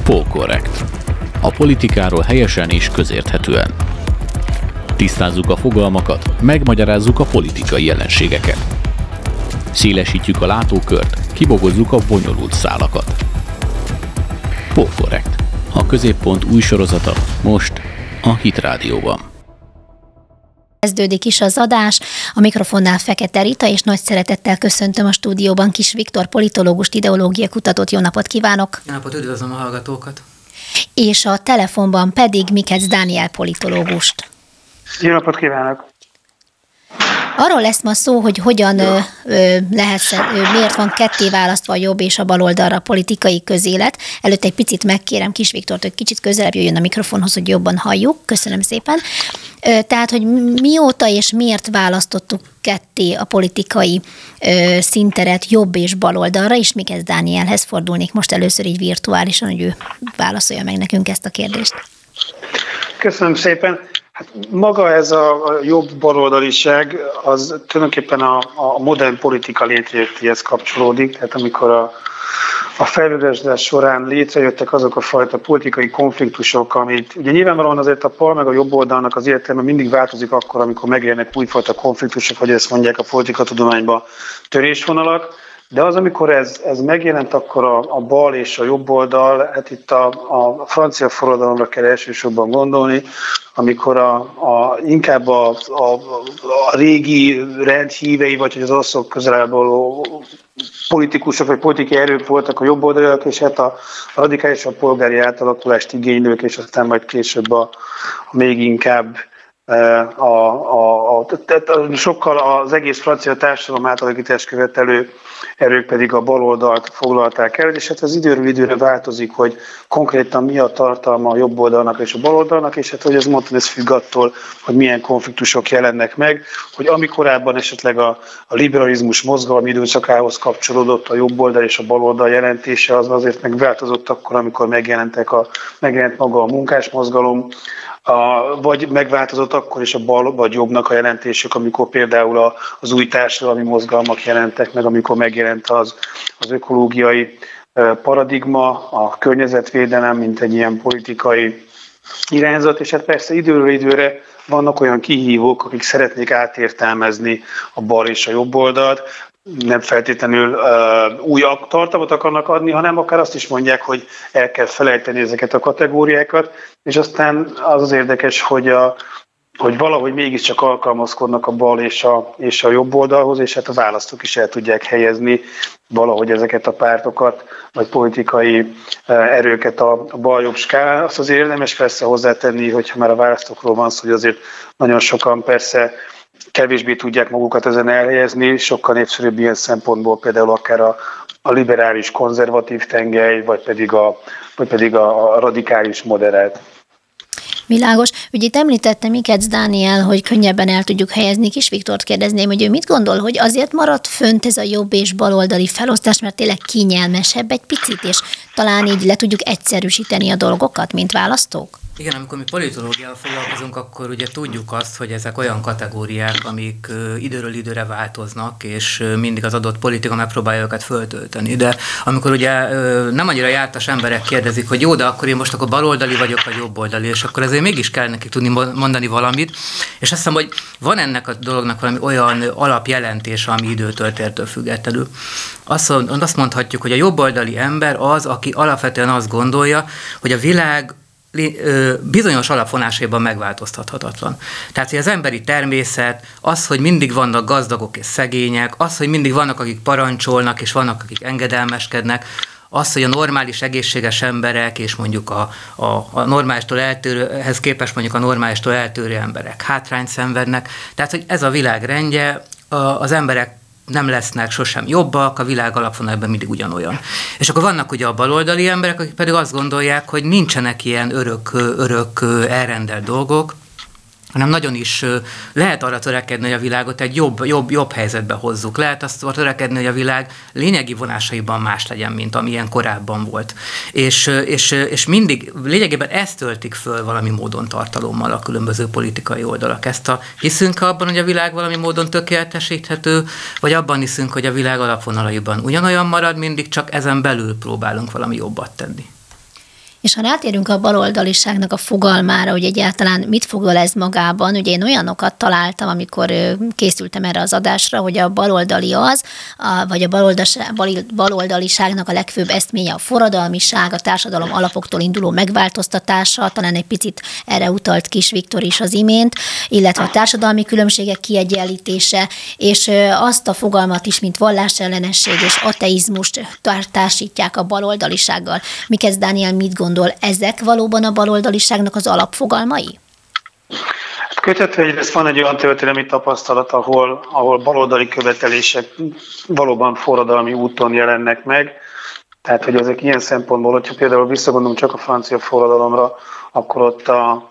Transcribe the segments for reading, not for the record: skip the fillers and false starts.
Polkorrekt. A politikáról helyesen és közérthetően. Tisztázzuk a fogalmakat, megmagyarázzuk a politikai jelenségeket. Szélesítjük a látókört, kibogozzuk a bonyolult szálakat. Polkorrekt. A Középpont új sorozata most a Hit Rádióban. Kezdődik is az adás, a mikrofonnál Fekete Rita, és nagy szeretettel köszöntöm a stúdióban Kiss Viktor politológust, ideológia kutatót. Jó napot kívánok! Jó napot, üdvözlöm a hallgatókat! És a telefonban pedig Mikec Dániel politológust. Jó napot kívánok! Arról lesz ma szó, hogy hogyan miért van ketté választva a jobb és a baloldalra a politikai közélet. Előtte egy picit megkérem Kiss Viktort, hogy kicsit közelebb jöjjön a mikrofonhoz, hogy jobban halljuk. Köszönöm szépen. Tehát, hogy mióta és miért választottuk ketté a politikai színteret jobb és baloldalra, és Mikec Dánielhez fordulnék most először így virtuálisan, hogy ő válaszolja meg nekünk ezt a kérdést. Köszönöm szépen. Hát maga ez a jobb baloldaliság, az tulajdonképpen a modern politika létrejöttéhez kapcsolódik, tehát amikor a felvilágosodás során létrejöttek azok a fajta politikai konfliktusok, amit ugye nyilvánvalóan azért a bal meg a jobb oldalnak az értelme mindig változik akkor, amikor megjelennek újfajta konfliktusok, vagy ezt mondják a politikatudományban törésvonalak, de az, amikor ez megjelent, akkor a bal és a jobb oldal, hát itt a francia forradalomra kell elsősorban gondolni, amikor inkább a régi rendhívei, vagy hogy az oszok közelből politikusok vagy politikai erők voltak a jobb oldalak, és hát a radikálisabb polgári átalakulást igénylők, és aztán majd később a még inkább sokkal az egész francia társadalom átalakítást követelő erők pedig a baloldalt foglalták el, és hát az időről időre változik, hogy konkrétan mi a tartalma a jobb oldalnak és a baloldalnak, és hát, hogy ez mondtam, ez függ attól, hogy milyen konfliktusok jelennek meg, hogy amikorábban esetleg a liberalizmus mozgalmi időszakához kapcsolódott a jobb oldal és a baloldal jelentése, az azért megváltozott akkor, amikor megjelent maga a munkásmozgalom, vagy megváltozott akkor is a bal vagy jobbnak a jelentésük, amikor például az új társadalmi mozgalmak jelentek meg, amikor megjelent az ökológiai paradigma, a környezetvédelem, mint egy ilyen politikai irányzat, és hát persze időről időre vannak olyan kihívók, akik szeretnék átértelmezni a bal és a jobb oldalt, nem feltétlenül új tartalmat akarnak adni, hanem akár azt is mondják, hogy el kell felejteni ezeket a kategóriákat, és aztán az érdekes, hogy valahogy mégiscsak alkalmazkodnak a bal és a jobb oldalhoz, és hát a választók is el tudják helyezni valahogy ezeket a pártokat, vagy politikai erőket a bal-jobb skálán. Azt azért érdemes persze hozzátenni, hogyha már a választókról van szó, hogy azért nagyon sokan persze kevésbé tudják magukat ezen elhelyezni, sokkal népszerűbb ilyen szempontból például akár a liberális konzervatív tengely, vagy pedig a radikális moderált. Világos. Ugye itt említette Mikec Dániel, hogy könnyebben el tudjuk helyezni. Kiss Viktort kérdezném, hogy ő mit gondol, hogy azért maradt fönt ez a jobb és baloldali felosztás, mert tényleg kényelmesebb egy picit, és talán így le tudjuk egyszerűsíteni a dolgokat, mint választók? Igen, amikor mi politológiával foglalkozunk, akkor ugye tudjuk azt, hogy ezek olyan kategóriák, amik időről időre változnak, és mindig az adott politika megpróbálja őket föltölteni. De amikor ugye nem annyira jártas emberek kérdezik, hogy jó, de akkor én most akkor baloldali vagyok, vagy jobboldali, és akkor azért mégis kell nekik tudni mondani valamit. És azt hiszem, hogy van ennek a dolognak valami olyan alapjelentése, ami időtől tértől függetlenül. Azt mondhatjuk, hogy a jobboldali ember az, aki alapvetően azt gondolja, hogy a világ bizonyos alapvonásaiban megváltoztathatatlan. Tehát, hogy az emberi természet, az, hogy mindig vannak gazdagok és szegények, az, hogy mindig vannak, akik parancsolnak, és vannak, akik engedelmeskednek, az, hogy a normális, egészséges emberek, és mondjuk a normálistól eltérőhez képest mondjuk a normálistól eltérő emberek hátrányt szenvednek. Tehát, hogy ez a világ rendje, az emberek nem lesznek sosem jobbak, a világ alapvonalban mindig ugyanolyan. És akkor vannak ugye a baloldali emberek, akik pedig azt gondolják, hogy nincsenek ilyen örök elrendelt dolgok, hanem nagyon is lehet arra törekedni, hogy a világot egy jobb helyzetbe hozzuk. Lehet azt törekedni, hogy a világ lényegi vonásaiban más legyen, mint amilyen korábban volt. És mindig lényegében ezt töltik föl valami módon tartalommal a különböző politikai oldalak. Hiszünk abban, hogy a világ valami módon tökéletesíthető, vagy abban hiszünk, hogy a világ alapvonalaiban ugyanolyan marad mindig, csak ezen belül próbálunk valami jobbat tenni. És ha rátérünk a baloldaliságnak a fogalmára, hogy egyáltalán mit foglal ez magában, ugye én olyanokat találtam, amikor készültem erre az adásra, hogy a baloldali vagy a baloldaliságnak a legfőbb eszménye a forradalmiság, a társadalom alapoktól induló megváltoztatása, talán egy picit erre utalt Kiss Viktor is az imént, illetve a társadalmi különbségek kiegyenlítése, és azt a fogalmat is, mint vallásellenesség és ateizmust társítják a baloldalisággal. Mikesz Dániel mit gondol? Ezek valóban a baloldaliságnak az alapfogalmai? Kötetve egyrészt van egy olyan történelmi tapasztalat, ahol baloldali követelések valóban forradalmi úton jelennek meg. Tehát, hogy ezek ilyen szempontból, hogyha például visszagondolunk csak a francia forradalomra, akkor ott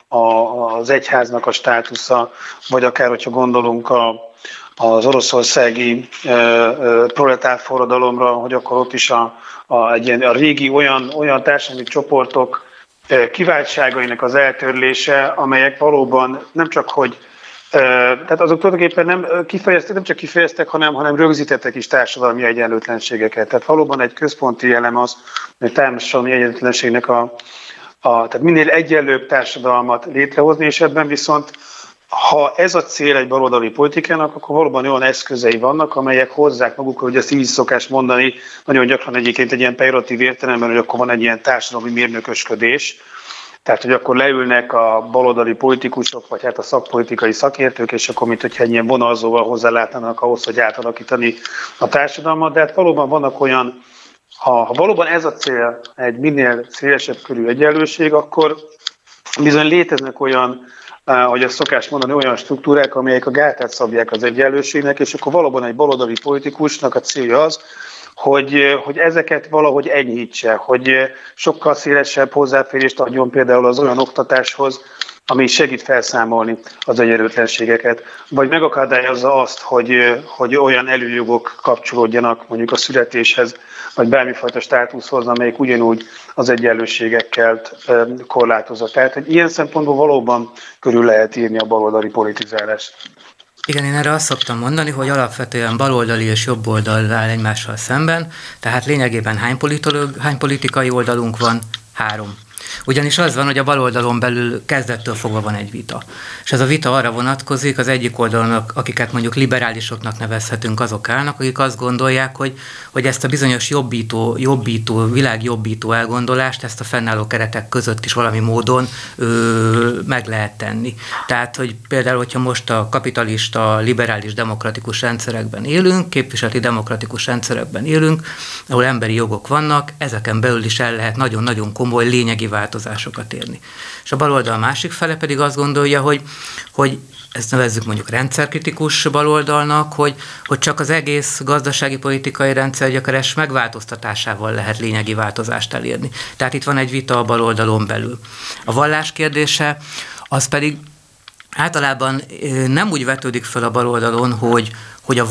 az egyháznak a státusza, vagy akár, hogyha gondolunk az oroszországi proletár forradalomra, hogy akkor ott is a régi olyan társadalmi csoportok kiváltságainak az eltörlése, amelyek valóban nem csak hogy, tehát azok tulajdonképpen nem csak kifejeztek, hanem rögzítettek is társadalmi egyenlőtlenségeket. Tehát valóban egy központi elem az, hogy társadalmi egyenlőtlenségnek tehát minél egyenlőbb társadalmat létrehozni, és ebben viszont ha ez a cél egy baloldali politikának, akkor valóban olyan eszközei vannak, amelyek hozzák magukra, hogy ezt így szokás mondani, nagyon gyakran egyébként egy ilyen pejoratív értelemben, hogy akkor van egy ilyen társadalmi mérnökösködés. Tehát, hogy akkor leülnek a baloldali politikusok, vagy hát a szakpolitikai szakértők, és akkor mint hogyha egy ilyen vonalzóval hozzálátnának ahhoz, hogy átalakítani a társadalmat. De hát valóban vannak olyan, ha valóban ez a cél egy minél szélesebb körű egyenlőség, akkor bizony léteznek olyan, ahogy azt szokás mondani, olyan struktúrák, amelyek a gátát szabják az egyenlőségnek, és akkor valóban egy baloldali politikusnak a célja az, hogy ezeket valahogy enyhítse, hogy sokkal szélesebb hozzáférést adjon például az olyan oktatáshoz, ami segít felszámolni az egyenlőtlenségeket, vagy megakadályozza azt, hogy olyan előjogok kapcsolódjanak mondjuk a születéshez, vagy bármifajta státuszhoz, amelyik ugyanúgy az egyenlőségekkel korlátozza. Tehát, hogy ilyen szempontból valóban körül lehet írni a baloldali politizálást. Igen, én erre azt szoktam mondani, hogy alapvetően baloldali és jobb oldal áll egymással szemben, tehát lényegében hány politikai oldalunk van? 3. Ugyanis az van, hogy a baloldalon belül kezdettől fogva van egy vita. És ez a vita arra vonatkozik, az egyik oldalon, akiket mondjuk liberálisoknak nevezhetünk, azok állnak, akik azt gondolják, hogy ezt a bizonyos világjobbító elgondolást, ezt a fennálló keretek között is valami módon meg lehet tenni. Tehát, hogy például, hogyha most a kapitalista, liberális, demokratikus rendszerekben élünk, képviseleti demokratikus rendszerekben élünk, ahol emberi jogok vannak, ezeken belül is el lehet nagyon-nagyon komoly lényegi változásokat érni. És a baloldal másik fele pedig azt gondolja, hogy ezt nevezzük mondjuk rendszerkritikus baloldalnak, hogy csak az egész gazdasági politikai rendszer gyökeres megváltoztatásával lehet lényegi változást elérni. Tehát itt van egy vita a baloldalon belül. A vallás kérdése az pedig általában nem úgy vetődik fel a baloldalon, hogy a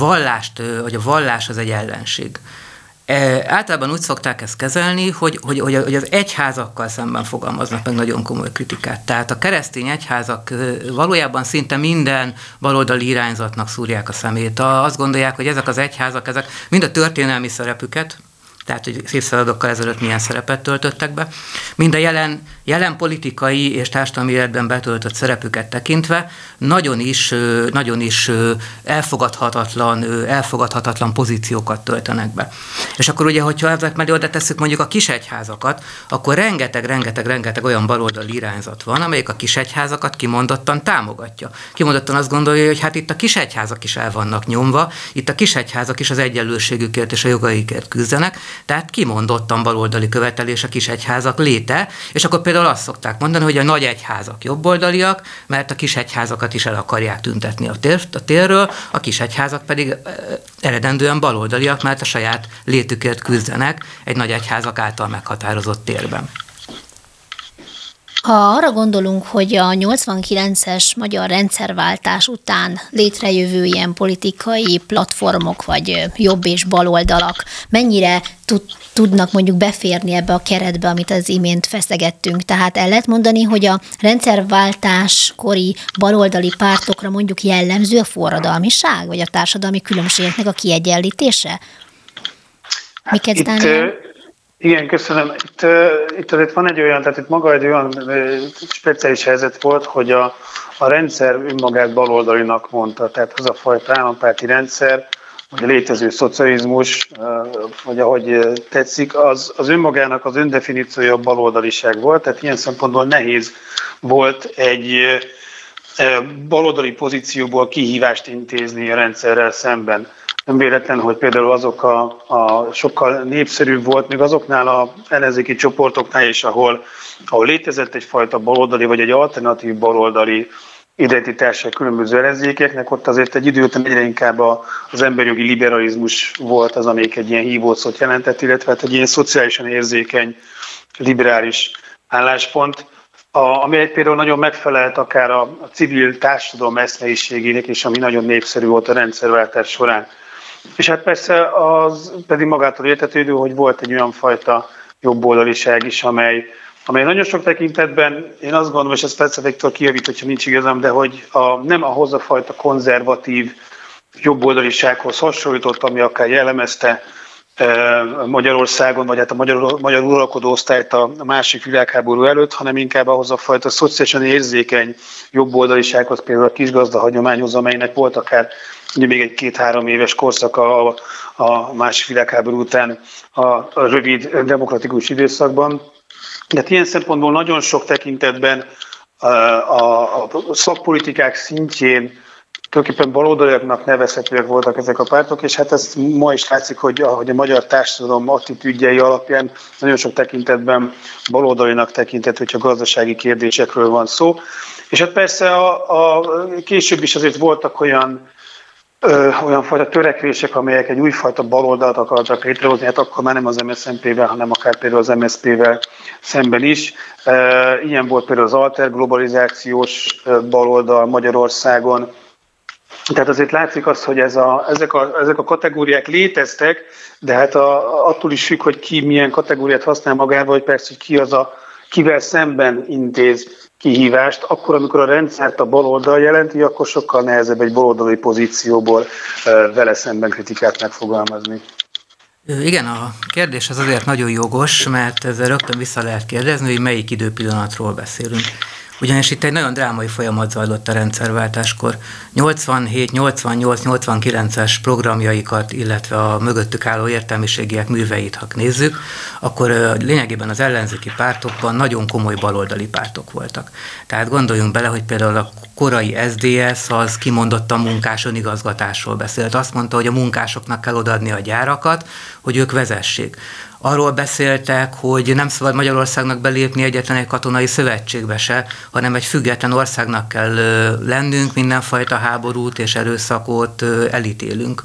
vallás az egy ellenség. Általában úgy szokták ezt kezelni, hogy az egyházakkal szemben fogalmaznak meg nagyon komoly kritikát. Tehát a keresztény egyházak valójában szinte minden baloldali irányzatnak szúrják a szemét. Azt gondolják, hogy ezek az egyházak, ezek mind a történelmi szerepüket, tehát hogy évszázadokkal ezelőtt milyen szerepet töltöttek be, mind a jelen politikai és társadalmi életben betöltött szerepüket tekintve nagyon is elfogadhatatlan pozíciókat töltenek be. És akkor ugye, hogyha ezek mellé oda tesszük mondjuk a kisegyházakat, akkor rengeteg olyan baloldali irányzat van, amelyik a kisegyházakat kimondottan támogatja. Kimondottan azt gondolja, hogy hát itt a kisegyházak is el vannak nyomva, itt a kisegyházak is az egyenlőségükért és a jogaikért küzdenek, tehát kimondottan baloldali követelés a kisegyházak léte, és akkor például azt szokták mondani, hogy a nagy egyházak jobboldaliak, mert a kisegyházakat is el akarják tüntetni a térről, a kisegyházak pedig eredendően baloldaliak, mert a saját létükért küzdenek egy nagy egyházak által meghatározott térben. Ha arra gondolunk, hogy a 89-es magyar rendszerváltás után létrejövő ilyen politikai platformok, vagy jobb és baloldalak mennyire tudnak mondjuk beférni ebbe a keretbe, amit az imént feszegettünk. Tehát el lehet mondani, hogy a rendszerváltáskori baloldali pártokra mondjuk jellemző a forradalmiság, vagy a társadalmi különbségeknek a kiegyenlítése? Miket, Dániel? Igen, köszönöm. Itt azért van egy olyan, tehát itt maga egy olyan speciális helyzet volt, hogy a rendszer önmagát baloldalinak mondta, tehát az a fajta állampárti rendszer, vagy a létező szocializmus, vagy ahogy tetszik, az önmagának az öndefiníciója a baloldaliság volt, tehát ilyen szempontból nehéz volt egy baloldali pozícióból kihívást intézni a rendszerrel szemben. Nem véletlen, hogy például azok a sokkal népszerűbb volt, még azoknál a ellenzéki csoportoknál is, ahol létezett egyfajta baloldali vagy egy alternatív baloldali identitása különböző ellenzékeknek, ott azért egy idő után egyre inkább az emberjogi liberalizmus volt az, amelyik egy ilyen hívószót jelentett, illetve egy ilyen szociálisan érzékeny, liberális álláspont, ami például nagyon megfelelt akár a civil társadalom eszmeiségének, és ami nagyon népszerű volt a rendszerváltás során. És hát persze az pedig magától értetődő, hogy volt egy olyan fajta jobboldaliság is, amely nagyon sok tekintetben, én azt gondolom, és ezt persze Viktor kijavít, hogyha nincs igazam, de hogy nem ahhoz a fajta konzervatív jobboldalisághoz hasonlított, ami akár jellemezte Magyarországon, vagy hát a magyar uralkodó osztályt a másik világháború előtt, hanem inkább ahhoz a fajta szociálisan érzékeny jobboldalisághoz, például a kisgazda hagyományhoz, amelynek volt akár ugye még egy 2-3 éves korszaka a másik világháború után a rövid demokratikus időszakban. De ilyen szempontból nagyon sok tekintetben a szakpolitikák szintjén tulajdonképpen baloldaliaknak nevezhetőek voltak ezek a pártok, és hát ez ma is látszik, hogy a magyar társadalom attitűdjei alapján nagyon sok tekintetben baloldalinak tekintett, hogyha gazdasági kérdésekről van szó. És hát persze később is azért voltak olyan fajta törekvések, amelyek egy újfajta baloldalt akartak létrehozni, hát akkor már nem az MSZNP-vel, hanem akár például az MSZP-vel szemben is. Ilyen volt például az alterglobalizációs baloldal Magyarországon. Tehát azért látszik az, hogy ezek a kategóriák léteztek, de hát attól is függ, hogy ki milyen kategóriát használ magába, hogy persze, hogy ki az kivel szemben intéz kihívást, akkor, amikor a rendszert a baloldal jelenti, akkor sokkal nehezebb egy baloldali pozícióból vele szemben kritikát megfogalmazni. Igen, a kérdés az azért nagyon jogos, mert ezzel rögtön vissza lehet kérdezni, hogy melyik időpillanatról beszélünk. Ugyanis itt egy nagyon drámai folyamat zajlott a rendszerváltáskor. 87, 88, 89-es programjaikat, illetve a mögöttük álló értelmiségiek műveit, ha nézzük, akkor lényegében az ellenzéki pártokban nagyon komoly baloldali pártok voltak. Tehát gondoljunk bele, hogy például a korai SZDSZ az kimondottan munkás önigazgatásról beszélt. Azt mondta, hogy a munkásoknak kell odaadni a gyárakat, hogy ők vezessék. Arról beszéltek, hogy nem szabad Magyarországnak belépni egyetlen egy katonai szövetségbe se, hanem egy független országnak kell lennünk, mindenfajta háborút és erőszakot elítélünk.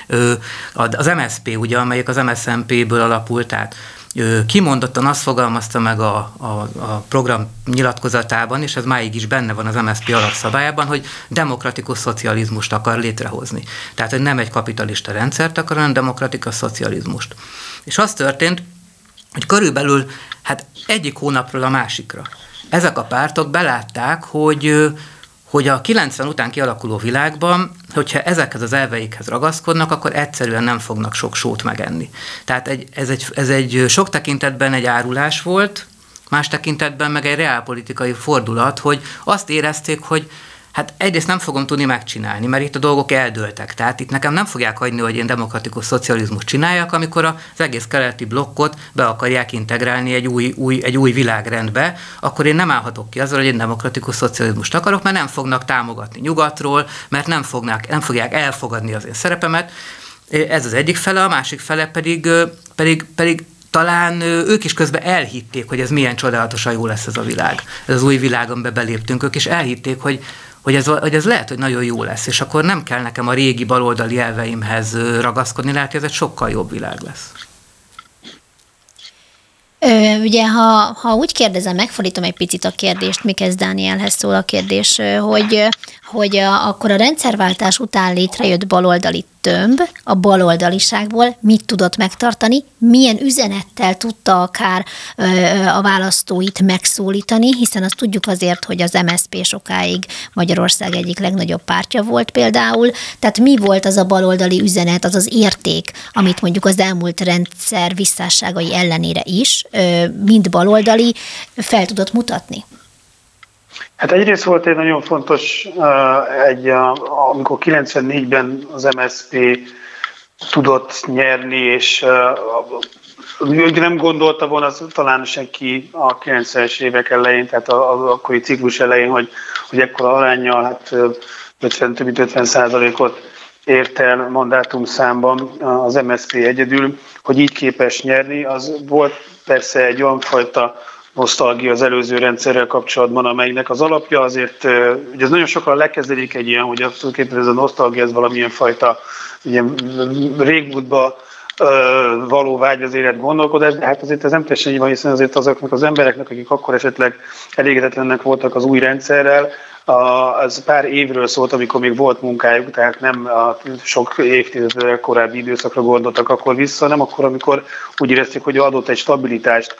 Az MSZP, ugye, amelyik az MSZNP-ből alapult, tehát kimondottan azt fogalmazta meg a program nyilatkozatában, és ez máig is benne van az MSZP alapszabályában, hogy demokratikus szocializmust akar létrehozni. Tehát, hogy nem egy kapitalista rendszert akar, hanem demokratikus szocializmust. És az történt, hogy körülbelül egyik hónapról a másikra ezek a pártok belátták, hogy a 90 után kialakuló világban, hogyha ezekhez az elveikhez ragaszkodnak, akkor egyszerűen nem fognak sok sót megenni. Tehát ez egy sok tekintetben egy árulás volt, más tekintetben meg egy reálpolitikai fordulat, hogy azt érezték, hogy egyrészt nem fogom tudni megcsinálni, mert itt a dolgok eldőltek. Tehát itt nekem nem fogják hagyni, hogy én demokratikus szocializmust csináljak, amikor az egész keleti blokkot be akarják integrálni egy új világrendbe, akkor én nem állhatok ki azzal, hogy én demokratikus szocializmust akarok, mert nem fognak támogatni nyugatról, mert nem fogják elfogadni az én szerepemet. Ez az egyik fele, a másik fele pedig talán ők is közben elhitték, hogy ez milyen csodálatosan jó lesz ez a világ. Ez az új világ, amiben beléptünk, ők is elhitték, hogy ez lehet, hogy nagyon jó lesz, és akkor nem kell nekem a régi baloldali elveimhez ragaszkodni, lehet, hogy ez egy sokkal jobb világ lesz. Ugye, ha úgy kérdezem, megfordítom egy picit a kérdést, Mikesz Dánielhez szól a kérdés, hogy akkor a rendszerváltás után létrejött baloldali tömb a baloldaliságból mit tudott megtartani, milyen üzenettel tudta akár a választóit megszólítani, hiszen azt tudjuk azért, hogy az MSZP sokáig Magyarország egyik legnagyobb pártja volt például, tehát mi volt az a baloldali üzenet, az az érték, amit mondjuk az elmúlt rendszer visszásságai ellenére is, mint baloldali, fel tudott mutatni? Hát egyrészt volt egy nagyon fontos, amikor 94-ben az MSZP tudott nyerni, és nem gondolta volna talán senki a 90-es évek elején, tehát az akkori ciklus elején, hogy ekkora aránnyal, hát több mint 50%-ot ért el mandátumszámban az MSZP egyedül, hogy így képes nyerni. Az volt persze egy olyan fajta nosztalgia az előző rendszerrel kapcsolatban, amelynek az alapja azért, ugye ez nagyon sokan lekezdődik egy ilyen, hogy tulajdonképpen ez a nosztalgia, ez valamilyen fajta ilyen régmúltba való vágy az élet gondolkodás, de hát azért ez nem teljesen így van, hiszen azért azoknak az embereknek, akik akkor esetleg elégedetlennek voltak az új rendszerrel, az pár évről szólt, amikor még volt munkájuk, tehát nem a sok évtizeddel korábbi időszakra gondoltak akkor vissza, nem akkor, amikor úgy érezték, hogy adott egy stabilitást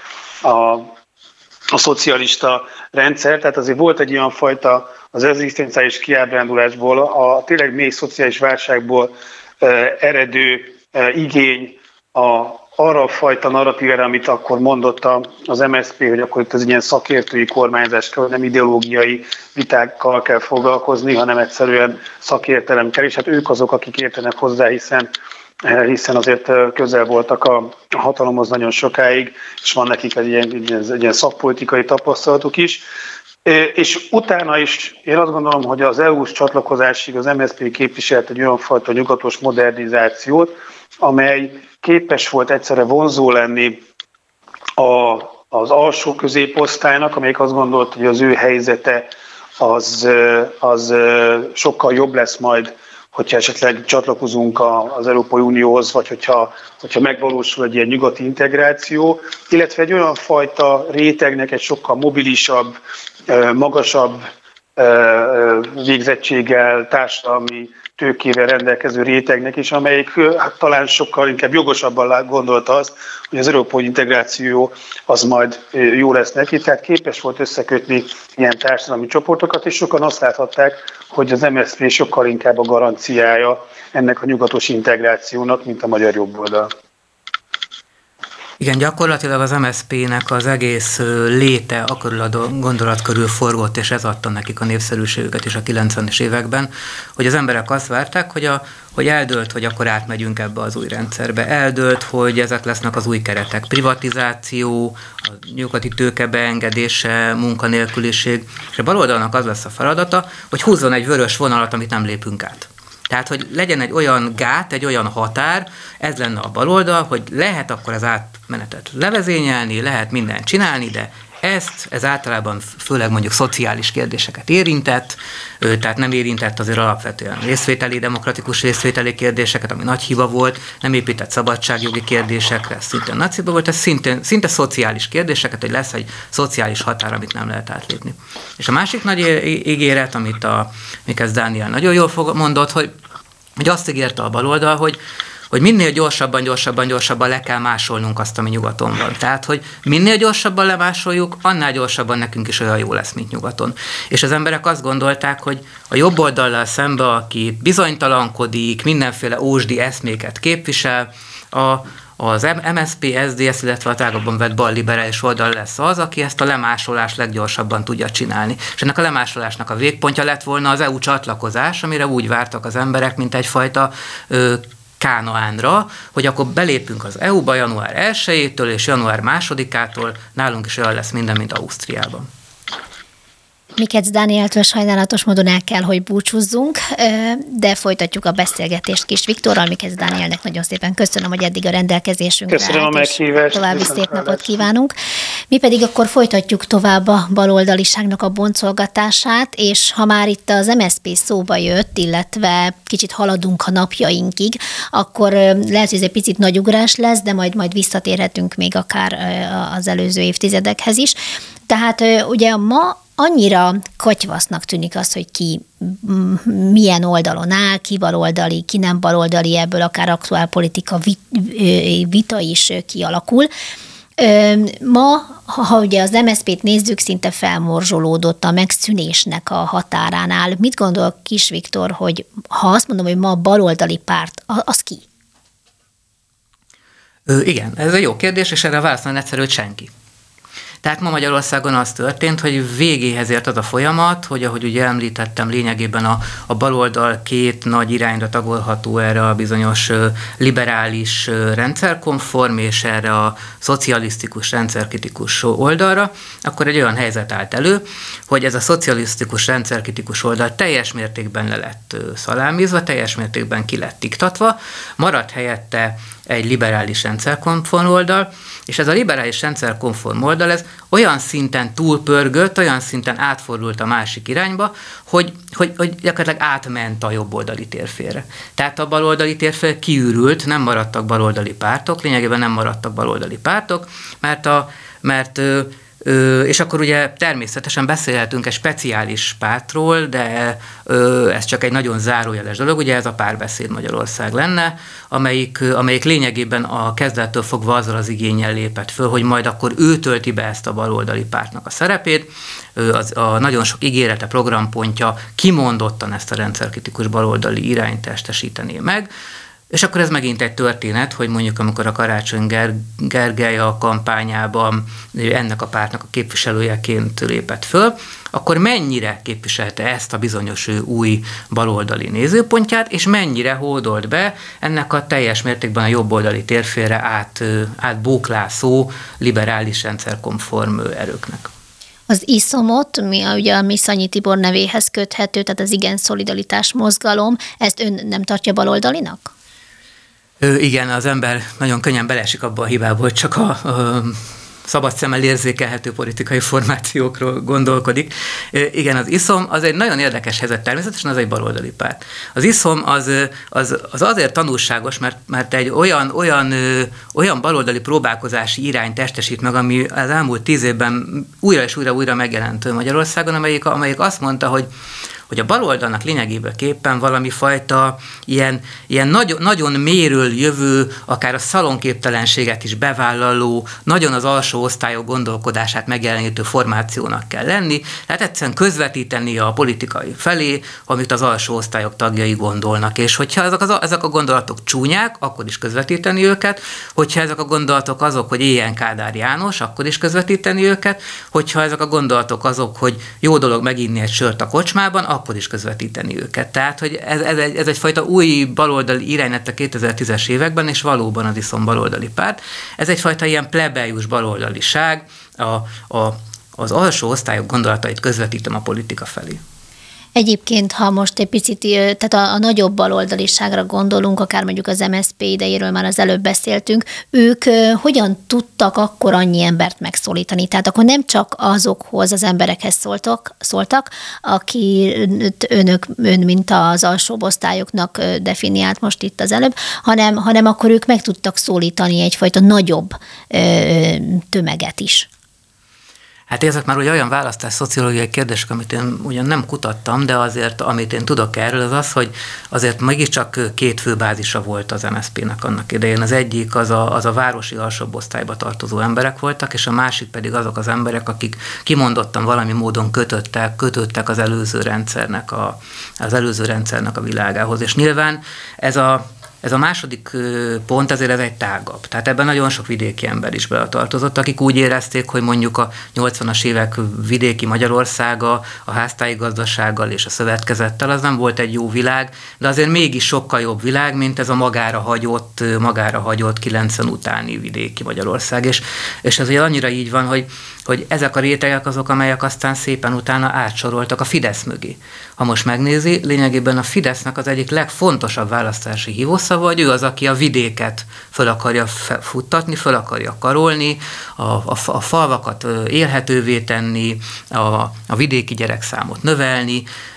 a szocialista rendszer, tehát azért volt egy olyan fajta az egzisztenciális kiábrándulásból, a tényleg mély szociális válságból eredő igény arra a fajta narratívára, amit akkor mondott az MSZP, hogy akkor itt az ilyen szakértői kormányzás kell, nem ideológiai vitákkal kell foglalkozni, hanem egyszerűen szakértelem kell, és hát ők azok, akik értenek hozzá, hiszen azért közel voltak a hatalomhoz nagyon sokáig, és van nekik egy ilyen szakpolitikai tapasztalatuk is. És utána is én azt gondolom, hogy az EU-s csatlakozásig az MSZP képviselt egy olyan fajta nyugatos modernizációt, amely képes volt egyszerre vonzó lenni az alsó középosztálynak, amelyik azt gondolt, hogy az ő helyzete az sokkal jobb lesz majd, hogyha esetleg csatlakozunk az Európai Unióhoz, vagy hogyha megvalósul egy ilyen nyugati integráció, illetve egy olyan fajta rétegnek egy sokkal mobilisabb, magasabb végzettséggel, társadalmi tőkével rendelkező rétegnek is, amelyik hát, talán sokkal inkább jogosabban gondolta azt, hogy az európai integráció az majd jó lesz neki, tehát képes volt összekötni ilyen társadalmi csoportokat, és sokan azt láthatták, hogy az MSZP sokkal inkább a garanciája ennek a nyugatos integrációnak, mint a magyar jobboldal. Igen, gyakorlatilag az MSZP-nek az egész léte akörül a gondolat körül forgott, és ez adta nekik a népszerűségüket is a 90-es években, hogy az emberek azt várták, hogy eldőlt, hogy akkor átmegyünk ebbe az új rendszerbe. Eldőlt, hogy ezek lesznek az új keretek. Privatizáció, a nyugati tőke beengedése, munkanélküliség, és a baloldalnak az lesz a feladata, hogy húzzon egy vörös vonalat, amit nem lépünk át. Tehát, hogy legyen egy olyan gát, egy olyan határ, ez lenne a baloldal, hogy lehet akkor az átmenetet levezényelni, lehet mindent csinálni, de ez általában főleg mondjuk szociális kérdéseket érintett, tehát nem érintett azért alapvetően demokratikus részvételi kérdéseket, ami nagy hiba volt, nem épített szabadságjogi kérdésekre, ez szintén nagy hiba volt, ez szinte szociális kérdéseket, hogy lesz egy szociális határ, amit nem lehet átlépni. És a másik nagy ígéret, amit Mikesz Dániel nagyon jól mondott, hogy azt ígérte a baloldal, hogy minél gyorsabban le kell másolnunk azt, ami nyugaton van. Tehát, hogy minél gyorsabban lemásoljuk, annál gyorsabban nekünk is olyan jó lesz, mint nyugaton. És az emberek azt gondolták, hogy a jobb oldallal szembe, aki bizonytalankodik, mindenféle ósdi eszméket képvisel, az MSZP, SZDSZ, illetve a tágabban vett balliberális oldal lesz az, aki ezt a lemásolást leggyorsabban tudja csinálni. És ennek a lemásolásnak a végpontja lett volna az EU csatlakozás, amire úgy vártak az emberek, mint egyfajta Kánaánra, hogy akkor belépünk az EU-ba január 1-től és január 2-ától nálunk is olyan lesz minden, mint Ausztriában. Mikesz Dánieltől sajnálatos módon el kell, hogy búcsúzzunk, de folytatjuk a beszélgetést Kis Viktorral. Mikesz Dánielnek nagyon szépen köszönöm, hogy eddig a rendelkezésünkre állt. Köszönöm a meghívást. További szép napot kívánunk. Mi pedig akkor folytatjuk tovább a baloldaliságnak a boncolgatását, és ha már itt az MSZP szóba jött, illetve kicsit haladunk a napjainkig, akkor lehet, hogy ez egy picit nagy ugrás lesz, de majd visszatérhetünk még akár az előző évtizedekhez is. Tehát ugye ma annyira katyvasznak tűnik az, hogy ki milyen oldalon áll, ki baloldali, ki nem baloldali, ebből akár aktuál politika vita is kialakul. Ma, ha ugye az MSZP-t nézzük, szinte felmorzsolódott a megszűnésnek a határánál. Mit gondol Kiss Viktor, hogy ha azt mondom, hogy ma baloldali párt, az ki? Igen, ez egy jó kérdés, és erre a válasz nagyon egyszerű, hogy senki. Tehát ma Magyarországon az történt, hogy végéhez ért az a folyamat, hogy ahogy ugye említettem, lényegében a baloldal két nagy irányra tagolható, erre a bizonyos liberális rendszerkonform és erre a szocialisztikus rendszerkritikus oldalra, akkor egy olyan helyzet állt elő, hogy ez a szocialisztikus rendszerkritikus oldal teljes mértékben le lett szalámizva, teljes mértékben ki lett iktatva, maradt helyette egy liberális rendszerkonform oldal, és ez a liberális rendszerkonform oldal ez olyan szinten túlpörgött, olyan szinten átfordult a másik irányba, hogy gyakorlatilag átment a jobboldali térfélre. Tehát a baloldali térfél kiürült, nem maradtak baloldali pártok, lényegében nem maradtak baloldali pártok, és akkor ugye természetesen beszélhetünk egy speciális pártról, de ez csak egy nagyon zárójeles dolog, ugye ez a Párbeszéd Magyarország lenne, amelyik lényegében a kezdettől fogva azzal az igénnyel lépett föl, hogy majd akkor ő tölti be ezt a baloldali pártnak a szerepét, a nagyon sok ígérete, programpontja kimondottan ezt a rendszerkritikus baloldali irányt testesítené meg. És akkor ez megint egy történet, hogy mondjuk amikor a Karácsony Gergely a kampányában ennek a pártnak a képviselőjeként lépett föl, akkor mennyire képviselte ezt a bizonyos új baloldali nézőpontját, és mennyire hódolt be ennek a teljes mértékben a jobboldali térfélre átbóklászó liberális rendszerkonform erőknek. Az ISZOM-ot, ugye a mi Szanyi Tibor nevéhez köthető, tehát az Igen Szolidaritás mozgalom, ezt ön nem tartja baloldalinak? Igen, az ember nagyon könnyen beleesik abba a hibába, hogy csak a szabad szemmel érzékelhető politikai formációkról gondolkodik. Igen, az ISZOM az egy nagyon érdekes helyzet, természetesen az egy baloldali párt. Az ISZOM az azért tanulságos, mert egy olyan baloldali próbálkozási irányt testesít meg, ami az elmúlt 10 évben újra és újra megjelent Magyarországon, amelyik azt mondta, hogy a baloldalnak lényegében valami fajta ilyen nagyon mélyről jövő, akár a szalonképtelenséget is bevállaló, nagyon az alsó osztályok gondolkodását megjelenítő formációnak kell lenni, tehát egyszerűen közvetíteni a politikai felé, amit az alsó osztályok tagjai gondolnak, és hogyha ezek a gondolatok csúnyák, akkor is közvetíteni őket, hogyha ezek a gondolatok azok, hogy éljen Kádár János, akkor is közvetíteni őket, hogyha ezek a gondolatok azok, hogy jó dolog meginni egy sört a kocsmában, akkor is közvetíteni őket. Tehát, hogy ez egyfajta új baloldali irány lett a 2010-es években, és valóban az ISZOM baloldali párt. Ez egyfajta ilyen plebejus baloldaliság, az alsó osztályok gondolatait közvetítem a politika felé. Egyébként, ha most egy picit, tehát a nagyobb baloldaliságra gondolunk, akár mondjuk az MSZP idejéről már az előbb beszéltünk, ők hogyan tudtak akkor annyi embert megszólítani? Tehát akkor nem csak azokhoz az emberekhez szóltak, aki ön, mint az alsóbb osztályoknak definiált most itt az előbb, hanem akkor ők meg tudtak szólítani egyfajta nagyobb tömeget is. Hát ezek már olyan választás szociológiai kérdések, amit én ugyan nem kutattam, de azért, amit én tudok erről, az, hogy azért mégiscsak két fő bázisa volt az MSZP-nek annak idején. Az egyik az a városi alsóbb osztályba tartozó emberek voltak, és a másik pedig azok az emberek, akik kimondottan valami módon kötöttek az előző rendszernek a világához. És nyilván ez a második pont azért ez egy tágabb. Tehát ebben nagyon sok vidéki ember is beletartozott, akik úgy érezték, hogy mondjuk a 80-as évek vidéki Magyarországa a háztáji gazdasággal és a szövetkezettel az nem volt egy jó világ, de azért mégis sokkal jobb világ, mint ez a magára hagyott 90 utáni vidéki Magyarország. És ez ugye annyira így van, hogy ezek a rétegek azok, amelyek aztán szépen utána átsoroltak a Fidesz mögé. Ha most megnézi, lényegében a Fidesznek az egyik legfontosabb választási hívószava, hogy ő az, aki a vidéket föl akarja futtatni, föl akarja karolni, a falvakat élhetővé tenni, a vidéki gyerekszámot növelni,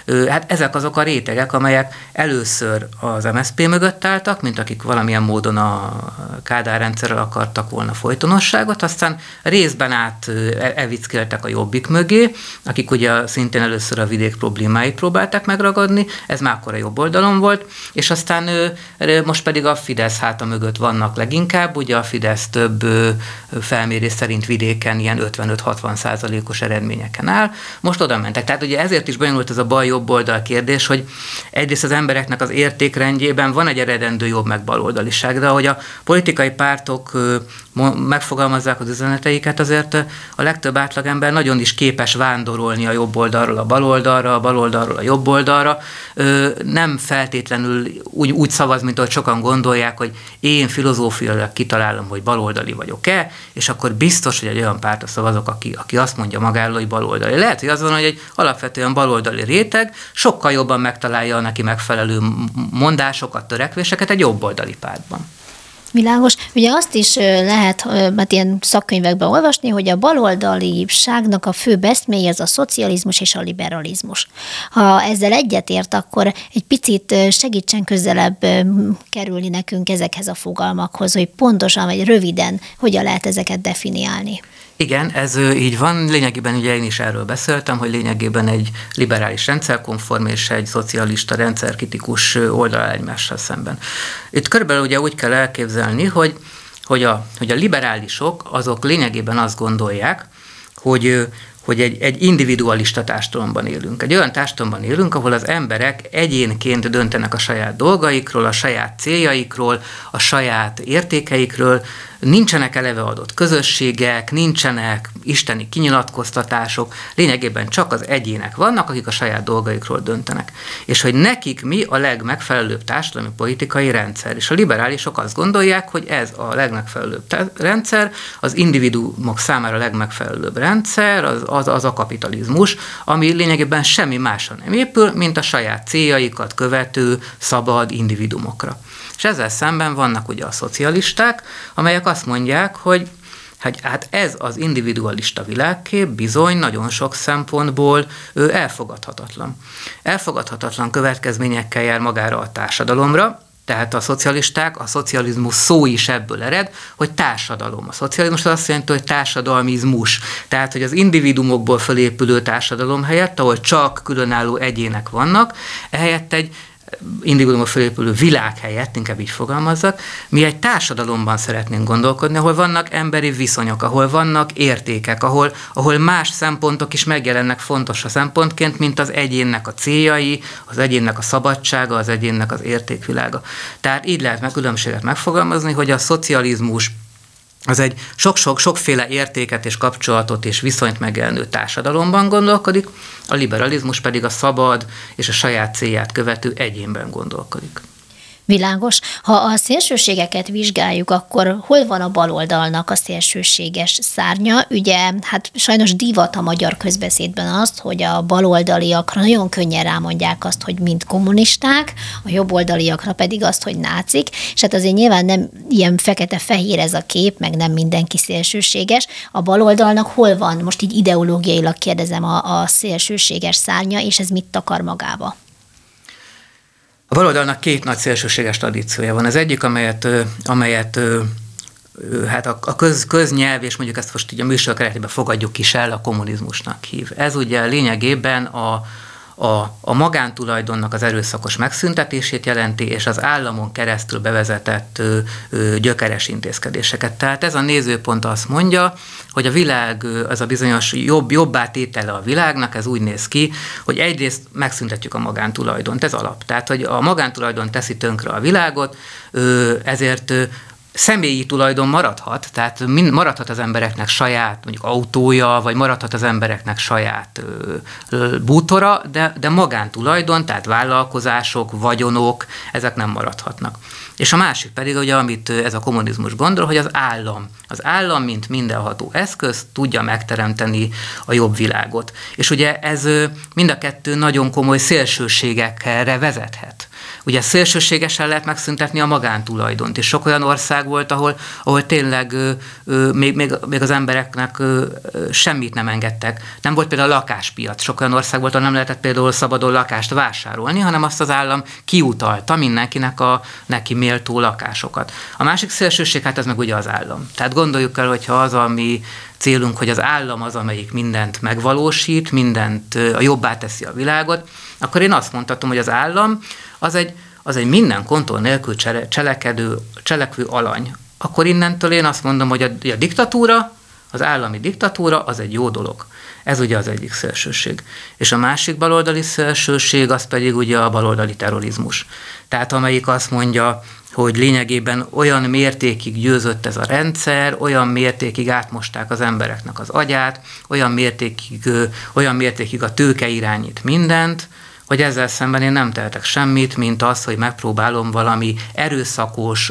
hát ezek azok a rétegek, amelyek először az MSZP mögött álltak, mint akik valamilyen módon a Kádár rendszerrel akartak volna folytonosságot, aztán részben elvickéltek a Jobbik mögé, akik ugye szintén először a vidék problémáit próbálták megragadni, ez már akkor a jobb oldalon volt, és aztán most pedig a Fidesz háta mögött vannak leginkább, ugye a Fidesz több felmérés szerint vidéken ilyen 55-60%-os eredményeken áll, most oda mentek. Tehát ugye ezért is bonyolult ez a bal-jobb oldal kérdés, hogy egyrészt az embereknek az értékrendjében van egy eredendő jobb meg baloldaliság, de ahogy a politikai pártok megfogalmazzák az üzeneteiket, azért a legtöbb átlagember nagyon is képes vándorolni a jobb oldalról a bal oldalra, a bal oldalról a jobb oldalra. Nem feltétlenül úgy szavaz, mint ahogy sokan gondolják, hogy én filozófiailag kitalálom, hogy baloldali vagyok-e, és akkor biztos, hogy egy olyan pártra szavazok, aki azt mondja magáról, hogy baloldali. Lehet, hogy az van, hogy egy alapvetően baloldali réteg sokkal jobban megtalálja a neki megfelelő mondásokat, törekvéseket egy jobboldali pártban. Világos. Ugye azt is lehet mert ilyen szakkönyvekben olvasni, hogy a baloldaliságnak a fő eszméje az a szocializmus és a liberalizmus. Ha ezzel egyetért, akkor egy picit segítsen közelebb kerülni nekünk ezekhez a fogalmakhoz, hogy pontosan vagy röviden hogyan lehet ezeket definiálni. Igen, ez így van. Lényegében ugye én is erről beszéltem, hogy lényegében egy liberális rendszerkonform és egy szocialista rendszerkritikus oldal egymással szemben. Itt körülbelül ugye úgy kell elképzelni, hogy a liberálisok azok lényegében azt gondolják, hogy egy individualista társadalomban élünk. Egy olyan társadalomban élünk, ahol az emberek egyénként döntenek a saját dolgaikról, a saját céljaikról, a saját értékeikről, nincsenek eleve adott közösségek, nincsenek isteni kinyilatkoztatások, lényegében csak az egyének vannak, akik a saját dolgaikról döntenek. És hogy nekik mi a legmegfelelőbb társadalmi politikai rendszer. És a liberálisok azt gondolják, hogy ez a legmegfelelőbb rendszer, az individuumok számára a legmegfelelőbb rendszer, az a kapitalizmus, ami lényegében semmi másra nem épül, mint a saját céljaikat követő szabad individuumokra. És ezzel szemben vannak ugye a szocialisták, amelyek azt mondják, hogy hát ez az individualista világkép bizony nagyon sok szempontból elfogadhatatlan. Elfogadhatatlan következményekkel jár magára a társadalomra, tehát a szocialisták, a szocializmus szó is ebből ered, hogy társadalom. A szocializmus az azt jelenti, hogy társadalmizmus. Tehát, hogy az individuumokból fölépülő társadalom helyett, ahol csak különálló egyének vannak, ehelyett egy individuumok fölépülő világ helyett, inkább így fogalmazzak, mi egy társadalomban szeretnénk gondolkodni, ahol vannak emberi viszonyok, ahol vannak értékek, ahol más szempontok is megjelennek fontos a szempontként, mint az egyénnek a céljai, az egyénnek a szabadsága, az egyénnek az értékvilága. Tehát így lehet különbséget megfogalmazni, hogy a szocializmus az egy sokféle értéket és kapcsolatot és viszonyt megjelenő társadalomban gondolkodik, a liberalizmus pedig a szabad és a saját célját követő egyénben gondolkodik. Világos. Ha a szélsőségeket vizsgáljuk, akkor hol van a baloldalnak a szélsőséges szárnya? Ugye, hát sajnos divat a magyar közbeszédben azt, hogy a baloldaliakra nagyon könnyen rámondják azt, hogy mind kommunisták, a jobboldaliakra pedig azt, hogy nácik, és hát azért nyilván nem ilyen fekete-fehér ez a kép, meg nem mindenki szélsőséges. A baloldalnak hol van, most így ideológiailag kérdezem, a szélsőséges szárnya, és ez mit takar magába? A baloldalnak két nagy szélsőséges tradíciója van. Az egyik, amelyet hát a köznyelv, és mondjuk ezt most így a műsor keretében fogadjuk is el, a kommunizmusnak hív. Ez ugye lényegében a magántulajdonnak az erőszakos megszüntetését jelenti, és az államon keresztül bevezetett gyökeres intézkedéseket. Tehát ez a nézőpont azt mondja, hogy a világ, az a bizonyos jobbá tétele a világnak, ez úgy néz ki, hogy egyrészt megszüntetjük a magántulajdont, ez alap. Tehát, hogy a magántulajdon teszi tönkre a világot, ezért személyi tulajdon maradhat, tehát maradhat az embereknek saját mondjuk autója, vagy maradhat az embereknek saját bútora, de magántulajdon, tehát vállalkozások, vagyonok, ezek nem maradhatnak. És a másik pedig, ugye, amit ez a kommunizmus gondol, hogy az állam, mint mindenható eszköz tudja megteremteni a jobb világot. És ugye ez mind a kettő nagyon komoly szélsőségekre vezethet. Ugye szélsőségesen lehet megszüntetni a magántulajdont, és sok olyan ország volt, ahol tényleg még az embereknek semmit nem engedtek. Nem volt például a lakáspiac. Sok olyan ország volt, ahol nem lehetett például szabadon lakást vásárolni, hanem azt az állam kiutalta mindenkinek a neki méltó lakásokat. A másik szélsőség, hát ez meg ugye az állam. Tehát gondoljuk el, hogyha az, ami célunk, hogy az állam az, amelyik mindent megvalósít, mindent a jobbá teszi a világot, akkor én azt mondhatom, hogy az állam az egy minden kontroll nélkül cselekvő alany. Akkor innentől én azt mondom, hogy a diktatúra, az állami diktatúra az egy jó dolog. Ez ugye az egyik szélsőség. És a másik baloldali szélsőség az pedig ugye a baloldali terrorizmus. Tehát amelyik azt mondja, hogy lényegében olyan mértékig győzött ez a rendszer, olyan mértékig átmosták az embereknek az agyát, olyan mértékig a tőke irányít mindent, hogy ezzel szemben én nem tehetek semmit, mint az, hogy megpróbálom valami erőszakos,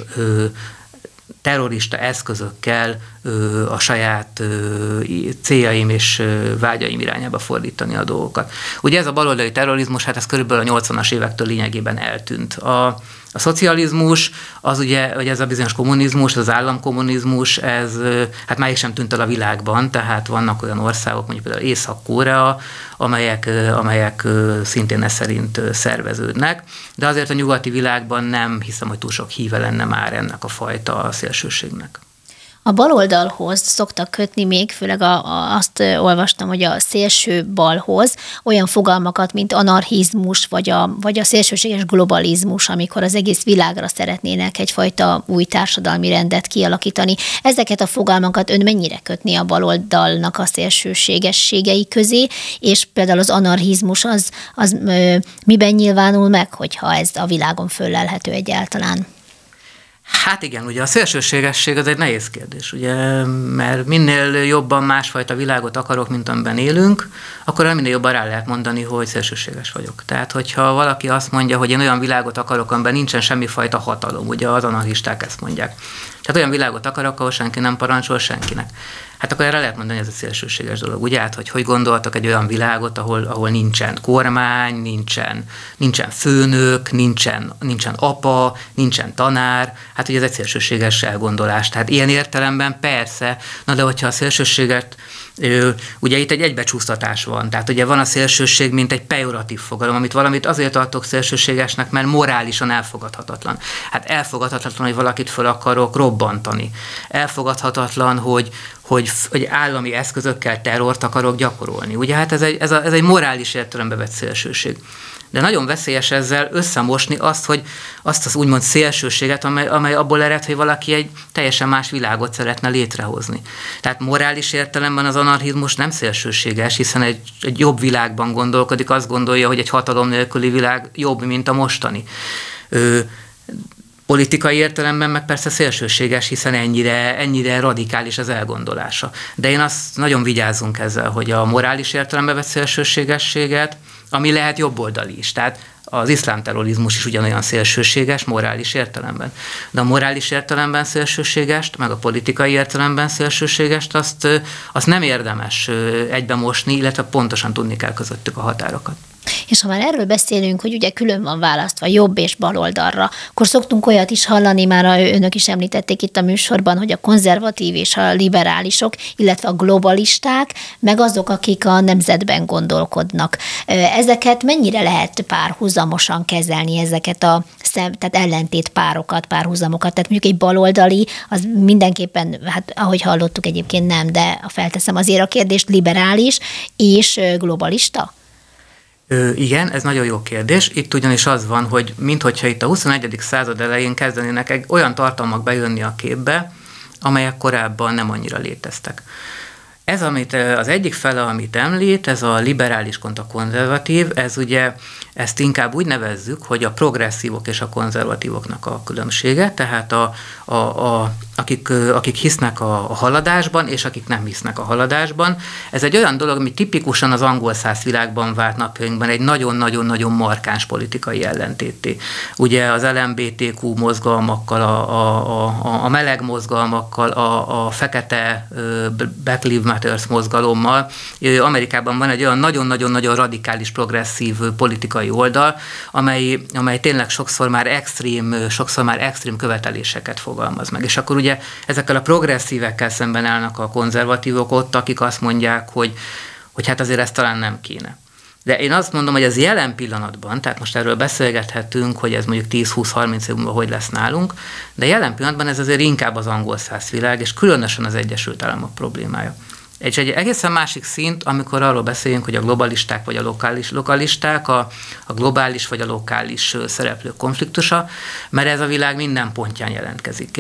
terrorista eszközökkel a saját céljaim és vágyaim irányába fordítani a dolgokat. Ugye ez a baloldali terrorizmus, hát ez körülbelül a 80-as évektől lényegében eltűnt. A szocializmus, az ugye, hogy ez a bizonyos kommunizmus, az államkommunizmus, ez hát máig sem tűnt el a világban, tehát vannak olyan országok, mondjuk például Észak-Korea, amelyek szintén ez szerint szerveződnek, de azért a nyugati világban nem hiszem, hogy túl sok híve lenne már ennek a fajta szélsőségnek. A baloldalhoz szoktak kötni még, főleg azt olvastam, hogy a szélső balhoz olyan fogalmakat, mint anarchizmus, vagy a szélsőséges globalizmus, amikor az egész világra szeretnének egyfajta új társadalmi rendet kialakítani. Ezeket a fogalmakat ön mennyire kötni a baloldalnak a szélsőségességei közé, és például az anarchizmus az miben nyilvánul meg, hogyha ez a világon föllelhető egyáltalán? Hát igen, ugye a szélsőségesség az egy nehéz kérdés, ugye, mert minél jobban másfajta világot akarok, mint amiben élünk, akkor minél jobban rá lehet mondani, hogy szélsőséges vagyok. Tehát, hogyha valaki azt mondja, hogy én olyan világot akarok, amiben nincsen semmifajta hatalom, ugye az anarchisták ezt mondják. Tehát olyan világot akarok, ahol senki nem parancsol senkinek. Hát akkor erre lehet mondani, hogy ez egy szélsőséges dolog. Ugye, hát, hogy gondoltok egy olyan világot, ahol nincsen kormány, nincsen főnök, nincsen apa, nincsen tanár, hát ugye ez egy szélsőséges elgondolás. Tehát ilyen értelemben persze, na de hogyha a szélsőséget, ugye itt egy egybecsúsztatás van, tehát ugye van a szélsőség, mint egy pejoratív fogalom, amit valamit azért tartok szélsőségesnek, mert morálisan elfogadhatatlan. Hát elfogadhatatlan, hogy valakit föl akarok robbantani. Elfogadhatatlan, hogy állami eszközökkel terrort akarok gyakorolni. Ugye hát ez egy morális értelembe vett szélsőség. De nagyon veszélyes ezzel összemosni azt az úgymond szélsőséget, amely abból ered, hogy valaki egy teljesen más világot szeretne létrehozni. Tehát morális értelemben az anarchizmus nem szélsőséges, hiszen egy jobb világban gondolkodik, azt gondolja, hogy egy hatalom nélküli világ jobb, mint a mostani. Politikai értelemben meg persze szélsőséges, hiszen ennyire radikális az elgondolása. De én azt nagyon vigyázzunk ezzel, hogy a morális értelemben vett szélsőségességet, ami lehet jobboldali is. Tehát az iszlám terrorizmus is ugyanolyan szélsőséges, morális értelemben. De a morális értelemben szélsőségest, meg a politikai értelemben szélsőségest, azt nem érdemes egybemosni, illetve pontosan tudni kell közöttük a határokat. És ha már erről beszélünk, hogy ugye külön van választva jobb és baloldalra, akkor szoktunk olyat is hallani, már önök is említették itt a műsorban, hogy a konzervatív és a liberálisok, illetve a globalisták, meg azok, akik a nemzetben gondolkodnak. Ezeket mennyire lehet párhuzamosan kezelni, ezeket tehát ellentétpárokat, párhuzamokat? Tehát mondjuk egy baloldali, az mindenképpen, hát ahogy hallottuk egyébként nem, de felteszem azért a kérdést, liberális és globalista? Igen, ez nagyon jó kérdés. Itt ugyanis az van, hogy minthogyha itt a 21. század elején kezdenének olyan tartalmak bejönni a képbe, amelyek korábban nem annyira léteztek. Ez, amit az egyik fele, amit említ, ez a liberális kontra konzervatív, ez ugye, ezt inkább úgy nevezzük, hogy a progresszívok és a konzervatívoknak a különbsége, tehát akik hisznek a haladásban, és akik nem hisznek a haladásban. Ez egy olyan dolog, ami tipikusan az angol száz világban vált napjainkban egy nagyon-nagyon-nagyon markáns politikai ellentétté. Ugye az LMBTQ mozgalmakkal, a meleg mozgalmakkal, a fekete Black Lives Matters mozgalommal. Amerikában van egy olyan nagyon-nagyon-nagyon radikális, progresszív politikai oldal, amely tényleg sokszor már extrém követeléseket fogalmaz meg. És akkor ugye ezekkel a progresszívekkel szemben állnak a konzervatívok ott, akik azt mondják, hogy hát azért ezt talán nem kéne. De én azt mondom, hogy ez jelen pillanatban, tehát most erről beszélgethetünk, hogy ez mondjuk 10-20-30 év múlva hogy lesz nálunk, de jelen pillanatban ez azért inkább az angol száz világ, és különösen az Egyesült Államok problémája. És egy egészen másik szint, amikor arról beszélünk, hogy a globalisták vagy a lokalisták, a globális vagy a lokális szereplők konfliktusa, mert ez a világ minden pontján jelentkezik.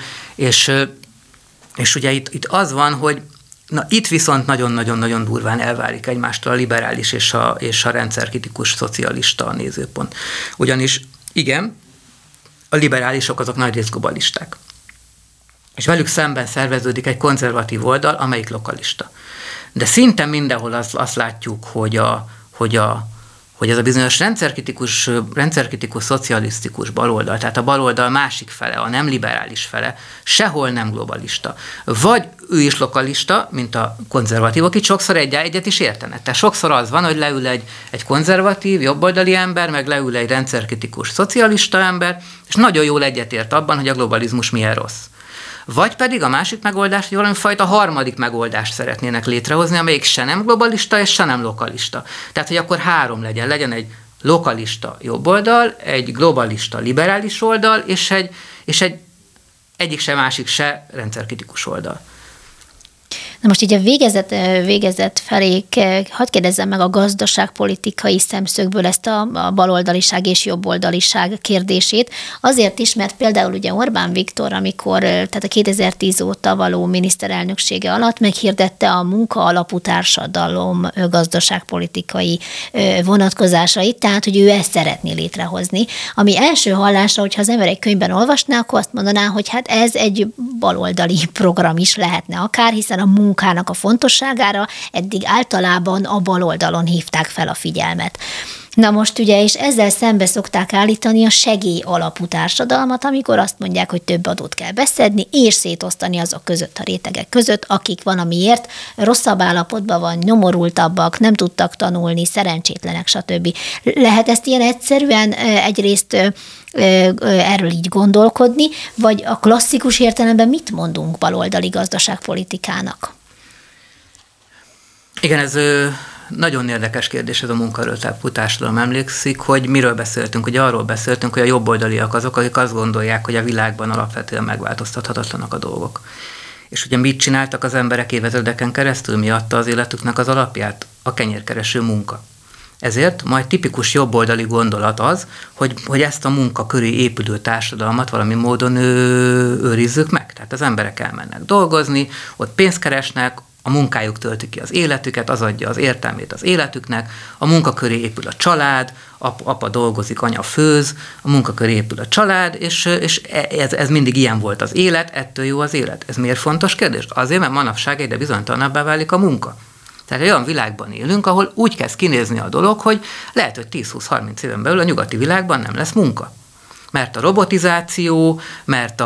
És ugye itt az van, hogy itt viszont nagyon-nagyon-nagyon durván elválik egymástól a liberális és a rendszerkritikus szocialista nézőpont. Ugyanis igen, a liberálisok azok nagyrészt globalisták. És velük szemben szerveződik egy konzervatív oldal, amelyik lokalista. De szinte mindenhol azt látjuk, hogy ez a bizonyos rendszerkritikus szocialisztikus baloldal, tehát a baloldal másik fele, a nem liberális fele, sehol nem globalista. Vagy ő is lokalista, mint a konzervatívok, itt sokszor egyet is értenek. Tehát sokszor az van, hogy leül egy konzervatív, jobboldali ember, meg leül egy rendszerkritikus szocialista ember, és nagyon jól egyetért abban, hogy a globalizmus milyen rossz. Vagy pedig a másik megoldás, hogy valami fajta harmadik megoldást szeretnének létrehozni, amelyik se nem globalista és se nem lokalista. Tehát, hogy akkor három legyen egy lokalista jobb oldal, egy globalista liberális oldal, és egy egyik se másik se rendszerkritikus oldal. Na most így a végezet felé hadd kérdezzem meg a gazdaságpolitikai szemszögből ezt a baloldaliság és jobboldaliság kérdését. Azért is, mert például ugye Orbán Viktor, amikor tehát a 2010 óta való miniszterelnöksége alatt meghirdette a munka-alapú társadalom gazdaságpolitikai vonatkozásait, tehát hogy ő ezt szeretné létrehozni, ami első hallásra, hogyha az ember egy könyvben olvasná, akkor azt mondaná, hogy hát ez egy baloldali program is lehetne akár, hiszen a munkának a fontosságára eddig általában a baloldalon hívták fel a figyelmet. Na most ugye, és ezzel szembe szokták állítani a segély alapú társadalmat, amikor azt mondják, hogy több adót kell beszedni, és szétosztani azok között, a rétegek között, akik van, amiért rosszabb állapotban van, nyomorultabbak, nem tudtak tanulni, szerencsétlenek, stb. Lehet ezt ilyen egyszerűen egyrészt erről így gondolkodni, vagy a klasszikus értelemben mit mondunk baloldali gazdaságpolitikának? Igen, ez nagyon érdekes kérdés, ez a munkaerőtápú társadalom. Emlékszik, hogy miről beszéltünk? Ugye arról beszéltünk, hogy a jobboldaliak azok, akik azt gondolják, hogy a világban alapvetően megváltoztathatatlanak a dolgok. És ugye mit csináltak az emberek évezredeken keresztül? Mi adta az életüknek az alapját? A kenyérkereső munka. Ezért majd tipikus jobboldali gondolat az, hogy ezt a munka köré épülő társadalmat valami módon őrizzük meg. Tehát az emberek elmennek dolgozni, ott pénzt keresnek, a munkájuk tölti ki az életüket, az adja az értelmét az életüknek, a munka köré épül a család, apa dolgozik, anya főz, a munka köré épül a család, és ez mindig ilyen volt az élet, ettől jó az élet. Ez miért fontos kérdés? Azért, mert manapság egyre bizonytalanabbá válik a munka. Tehát olyan világban élünk, ahol úgy kezd kinézni a dolog, hogy lehet, hogy 10-20-30 éven belül a nyugati világban nem lesz munka. Mert a robotizáció, mert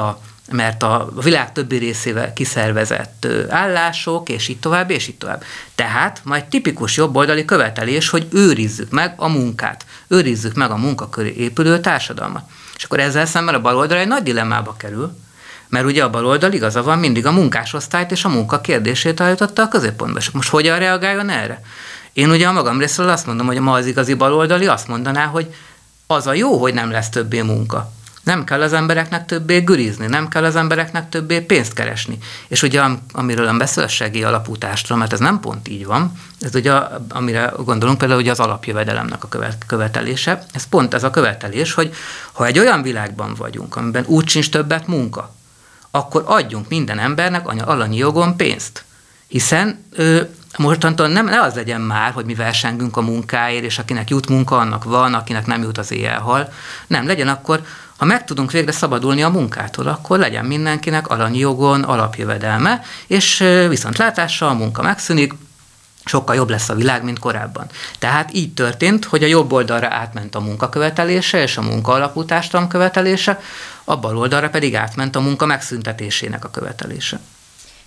a világ többi részével kiszervezett állások, és így tovább, és így tovább. Tehát majd tipikus jobboldali követelés, hogy őrizzük meg a munkát, őrizzük meg a munka köré épülő társadalmat. És akkor ezzel szemben a baloldal egy nagy dilemmába kerül, mert ugye a baloldal igaza van, mindig a munkásosztályt és a munka kérdését állította a középpontba. És most hogyan reagáljon erre? Én ugye a magam részről azt mondom, hogy ma az igazi baloldali azt mondaná, hogy az a jó, hogy nem lesz többé munka. Nem kell az embereknek többé gürizni, nem kell az embereknek többé pénzt keresni. És ugye, amiről ön beszél, a segély alapú társadalom, mert ez nem pont így van, ez ugye, amire gondolunk például, hogy az alapjövedelemnek a követelése, ez pont ez a követelés, hogy ha egy olyan világban vagyunk, amiben úgy sincs többet munka, akkor adjunk minden embernek alanyi jogon pénzt. Hiszen mostantól ne az legyen már, hogy mi versengünk a munkáért, és akinek jut munka, annak van, akinek nem jut, az éjjel hal. Nem, legyen akkor, ha meg tudunk végre szabadulni a munkától, akkor legyen mindenkinek alanyi jogon alapjövedelme, és viszontlátásra a munka megszűnik, sokkal jobb lesz a világ, mint korábban. Tehát így történt, hogy a jobb oldalra átment a munkakövetelése és a munka alapú társadalom követelése, a bal oldalra pedig átment a munka megszüntetésének a követelése.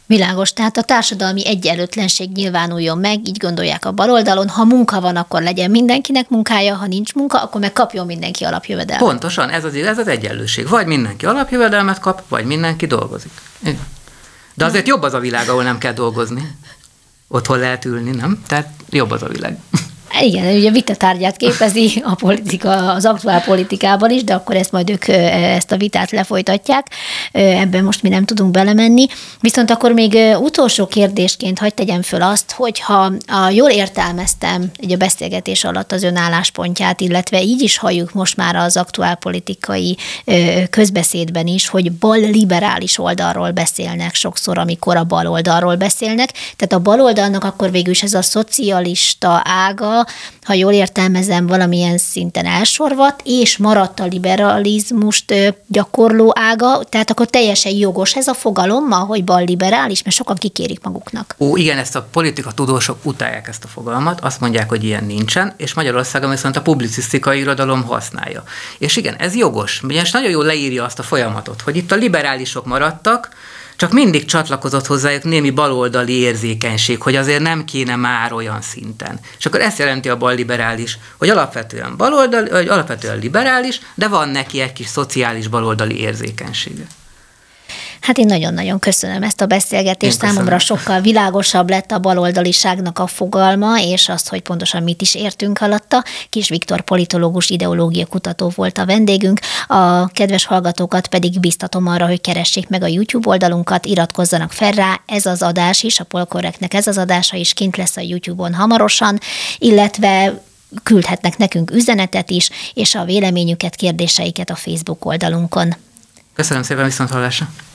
Világos, tehát a társadalmi egyenlőtlenség nyilvánuljon meg, így gondolják a baloldalon, ha munka van, akkor legyen mindenkinek munkája, ha nincs munka, akkor meg kapjon mindenki alapjövedelmet. Pontosan, ez az egyenlőség. Vagy mindenki alapjövedelmet kap, vagy mindenki dolgozik. De azért jobb az a világ, ahol nem kell dolgozni. Otthon lehet ülni, nem? Tehát jobb az a világ. Igen, ugye vitatárgyát képezi a politika, az aktuál politikában is, de akkor ezt majd ők ezt a vitát lefolytatják. Ebben most mi nem tudunk belemenni. Viszont akkor még utolsó kérdésként hadd tegyem föl azt, hogyha jól értelmeztem így a beszélgetés alatt az ön álláspontját, illetve így is halljuk most már az aktuál politikai közbeszédben is, hogy bal-liberális oldalról beszélnek sokszor, amikor a baloldalról beszélnek. Tehát a baloldalnak akkor végül is ez a szocialista ága, ha jól értelmezem, valamilyen szinten elsorvadt, és maradt a liberalizmust gyakorló ága, tehát akkor teljesen jogos ez a fogalom ma, hogy bal-liberális, mert sokan kikérik maguknak. Igen, ezt a politika tudósok utálják ezt a fogalmat, azt mondják, hogy ilyen nincsen, és Magyarországon viszont a publicisztikai irodalom használja. És igen, ez jogos, ugyanis nagyon jól leírja azt a folyamatot, hogy itt a liberálisok maradtak, csak mindig csatlakozott hozzájuk némi baloldali érzékenység, hogy azért nem kéne már olyan szinten. És akkor ezt jelenti a balliberális, hogy alapvetően baloldali, vagy alapvetően liberális, de van neki egy kis szociális baloldali érzékenysége. Hát én nagyon-nagyon köszönöm ezt a beszélgetést, számomra sokkal világosabb lett a baloldaliságnak a fogalma, és azt, hogy pontosan mit is értünk alatta. Kis Viktor politológus, ideológia kutató volt a vendégünk, a kedves hallgatókat pedig biztatom arra, hogy keressék meg a YouTube oldalunkat, iratkozzanak fel rá, ez az adás is, a Polkorrektnek ez az adása is kint lesz a YouTube-on hamarosan, illetve küldhetnek nekünk üzenetet is, és a véleményüket, kérdéseiket a Facebook oldalunkon. Köszönöm szépen, viszonthallásra!